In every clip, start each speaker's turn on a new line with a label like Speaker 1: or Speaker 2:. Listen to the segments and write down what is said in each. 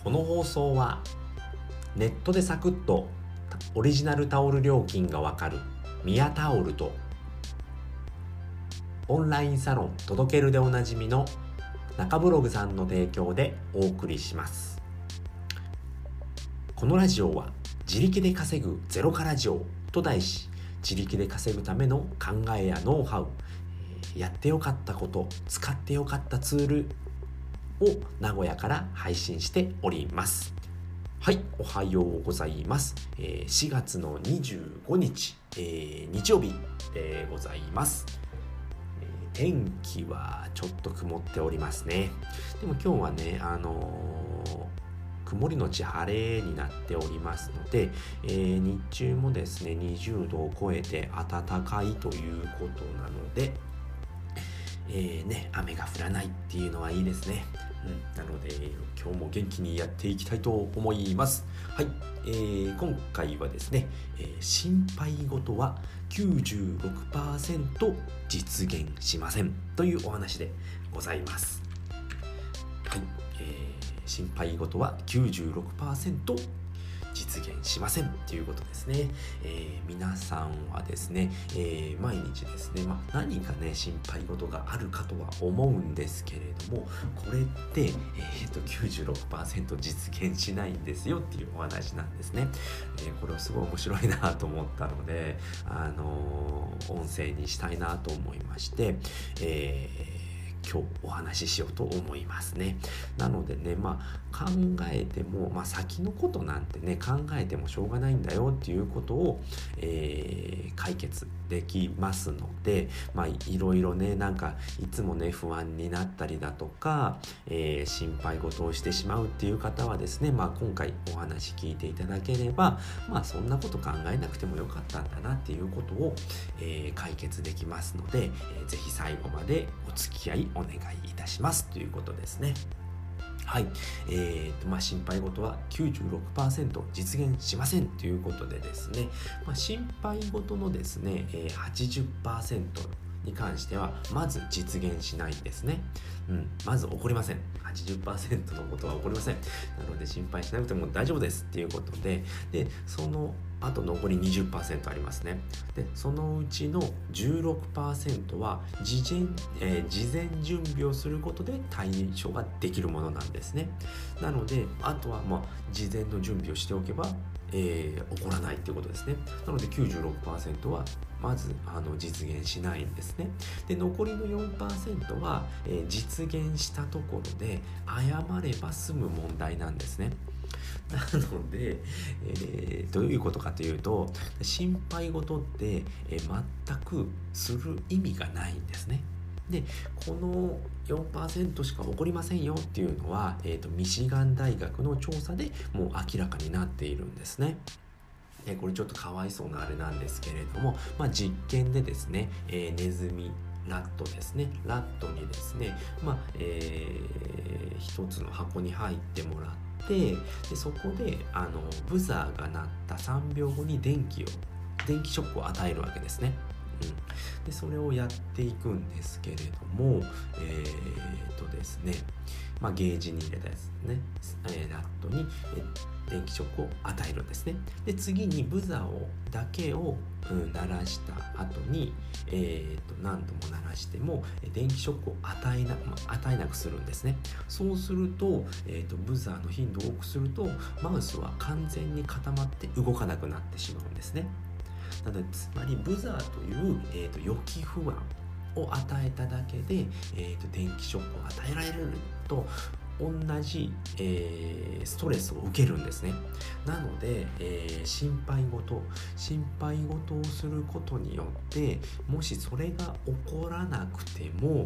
Speaker 1: この放送はネットでサクッとオリジナルタオル料金がわかるミヤタオルとオンラインサロン届けるでおなじみの中ブログさんの提供でお送りします。このラジオは自力で稼ぐゼロからラジオと題し、自力で稼ぐための考えやノウハウ、やってよかったこと、使ってよかったツールを名古屋から配信しております。はい、おはようございます。4月の25日、日曜日でございます。天気はちょっと曇っておりますね。でも今日はね、曇りのち晴れになっておりますので、日中もですね20度を超えて暖かいということなので、雨が降らないっていうのはいいですね。なので今日も元気にやっていきたいと思います。はい、今回はですね、心配事は 96% 実現しませんというお話でございます。はい、心配事は 96% 実現しませんということですね。皆さんはですね、毎日ですね、何かね心配事があるかとは思うんですけれども、これって、96% 実現しないんですよっていうお話なんですね。これはすごい面白いなと思ったので、音声にしたいなと思いまして、今日お話ししようと思いますね。なのでね、考えても、先のことなんてね考えてもしょうがないんだよっていうことを、解決できますので、いろいろねいつもね不安になったりだとか、心配事をしてしまうっていう方はですね、今回お話聞いていただければ、そんなこと考えなくてもよかったんだなっていうことを、解決できますので、ぜひ最後までお付き合いお願いいたしますということですね。はい、心配事は 96% 実現しませんということでですね、心配事のですね、80% に関してはまず実現しないんですね。まず起こりません。80% のことは起こりません。なので心配しなくても大丈夫ですっていうことで、そのあと残り 20% ありますね。でそのうちの 16% は事前準備をすることで対処ができるものなんですね。なのであとは事前の準備をしておけば、起こらないっていうことですね。なので 96% はまず実現しないんですね。で残りの 4% は、実現したところで謝れば済む問題なんですね。なので、どういうことかというと、心配事って、全くする意味がないんですね。でこの 4% しか起こりませんよっていうのは、ミシガン大学の調査でもう明らかになっているんですね。これちょっとかわいそうなあれなんですけれども、実験でですね、ネズミラットですね、ラットにですね、一つの箱に入ってもらって、でそこでブザーが鳴った3秒後に電気ショックを与えるわけですね。でそれをやっていくんですけれども、ですね、ゲージに入れたやつね、ラットに電気ショックを与えるんですね。で次にブザーだけを鳴らした後に、何度も鳴らしても電気ショックを与えなくするんですね。そうすると、ブザーの頻度を多くするとマウスは完全に固まって動かなくなってしまうんですね。なのでつまりブザーという、予期不安を与えただけで、電気ショックを与えられると同じ、ストレスを受けるんですね。なので、心配事をすることによってもしそれが起こらなくても、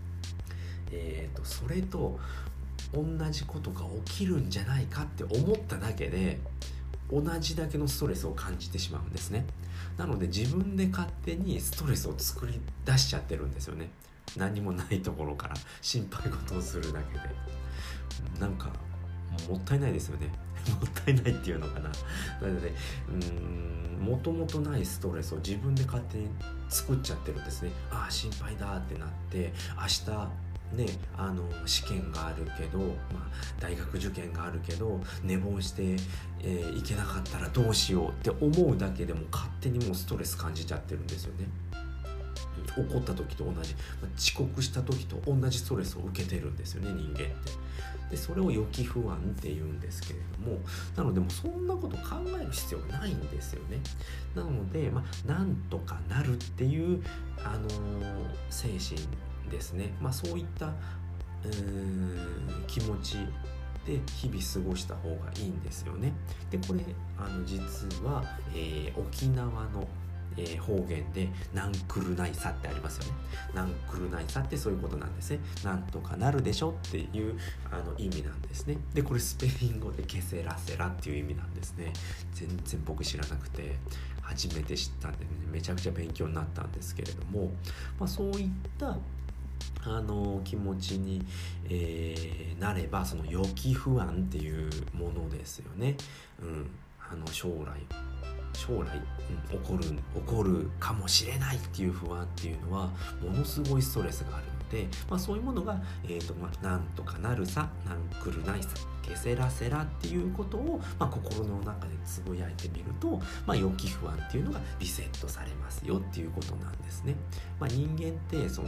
Speaker 1: それと同じことが起きるんじゃないかって思っただけで同じだけのストレスを感じてしまうんですね。なので自分で勝手にストレスを作り出しちゃってるんですよね。何もないところから心配事をするだけでもったいないですよね。もったいないっていうのかな。なのでもともとないストレスを自分で勝手に作っちゃってるんですね。心配だってなって明日ね、試験があるけど、大学受験があるけど寝坊して、行けなかったらどうしようって思うだけでも勝手にもうストレス感じちゃってるんですよね。怒った時と同じ、遅刻した時と同じストレスを受けてるんですよね、人間って。でそれを予期不安って言うんですけれども、なのでもうそんなこと考える必要がないんですよね。なので、なんとかなるっていう、精神ですね。そういった気持ちで日々過ごした方がいいんですよね。でこれ実は、沖縄の方言でなんくるないさってありますよね。なんくるないさってそういうことなんですね。なんとかなるでしょっていう意味なんですね。でこれスペイン語でケセラセラっていう意味なんですね。全然僕知らなくて初めて知ったんで、めちゃくちゃ勉強になったんですけれども、そういった気持ちに、なればその予期不安っていうものですよね。将来、起こるかもしれないっていう不安っていうのはものすごいストレスがあるので、そういうものが、なんとかなるさ、なんくるないさ、ケセラセラっていうことを、心の中でつぶやいてみると、予期不安っていうのがリセットされますよっていうことなんですね。人間ってその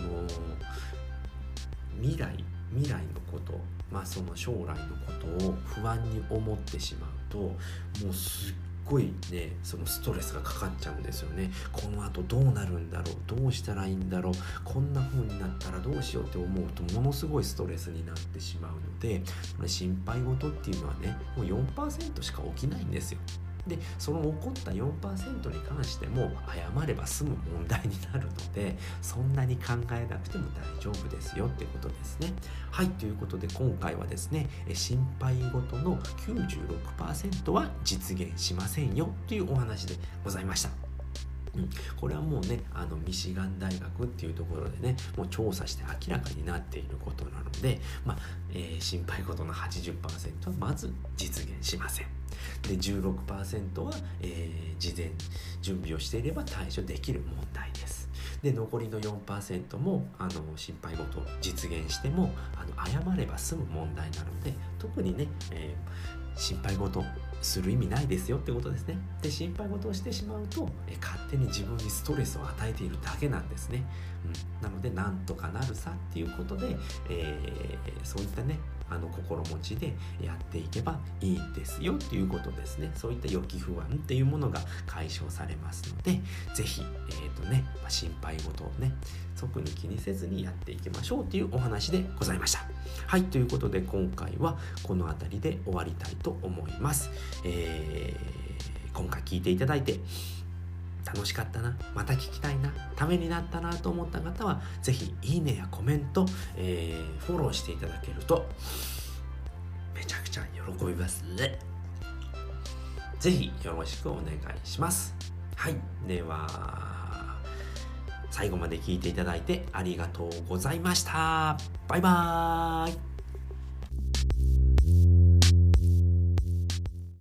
Speaker 1: 未来のこと、その将来のことを不安に思ってしまうと、もうすっごいね、そのストレスがかかっちゃうんですよね。この後どうなるんだろう、どうしたらいいんだろう、こんな風になったらどうしようって思うとものすごいストレスになってしまうので、心配事っていうのはね、もう 4% しか起きないんですよ。でその起こった 4% に関しても謝れば済む問題になるので、そんなに考えなくても大丈夫ですよってことですね。はい、ということで今回はですね、心配事の 96% は実現しませんよというお話でございました。これはもうね、ミシガン大学っていうところでね、もう調査して明らかになっていることなので、心配事の 80% はまず実現しません。で 16% は、事前準備をしていれば対処できる問題です。で残りの 4% も心配事を実現しても謝れば済む問題なので、特にね、心配事する意味ないですよってことですね。で心配事をしてしまうと勝手に自分にストレスを与えているだけなんですね。なのでなんとかなるさっていうことで、そういったね心持ちでやっていけばいいんですよっていうことですね。そういった予期不安っていうものが解消されますので、ぜひ心配事をね特に気にせずにやっていきましょうっていうお話でございました。はい、ということで今回はこの辺りで終わりたいと思います。今回聞いていただいて楽しかったな、また聞きたいな、ためになったなと思った方はぜひいいねやコメント、フォローしていただけるとめちゃくちゃ喜びますね。ぜひよろしくお願いします。はい、では最後まで聞いていただいてありがとうございました。バイバーイ。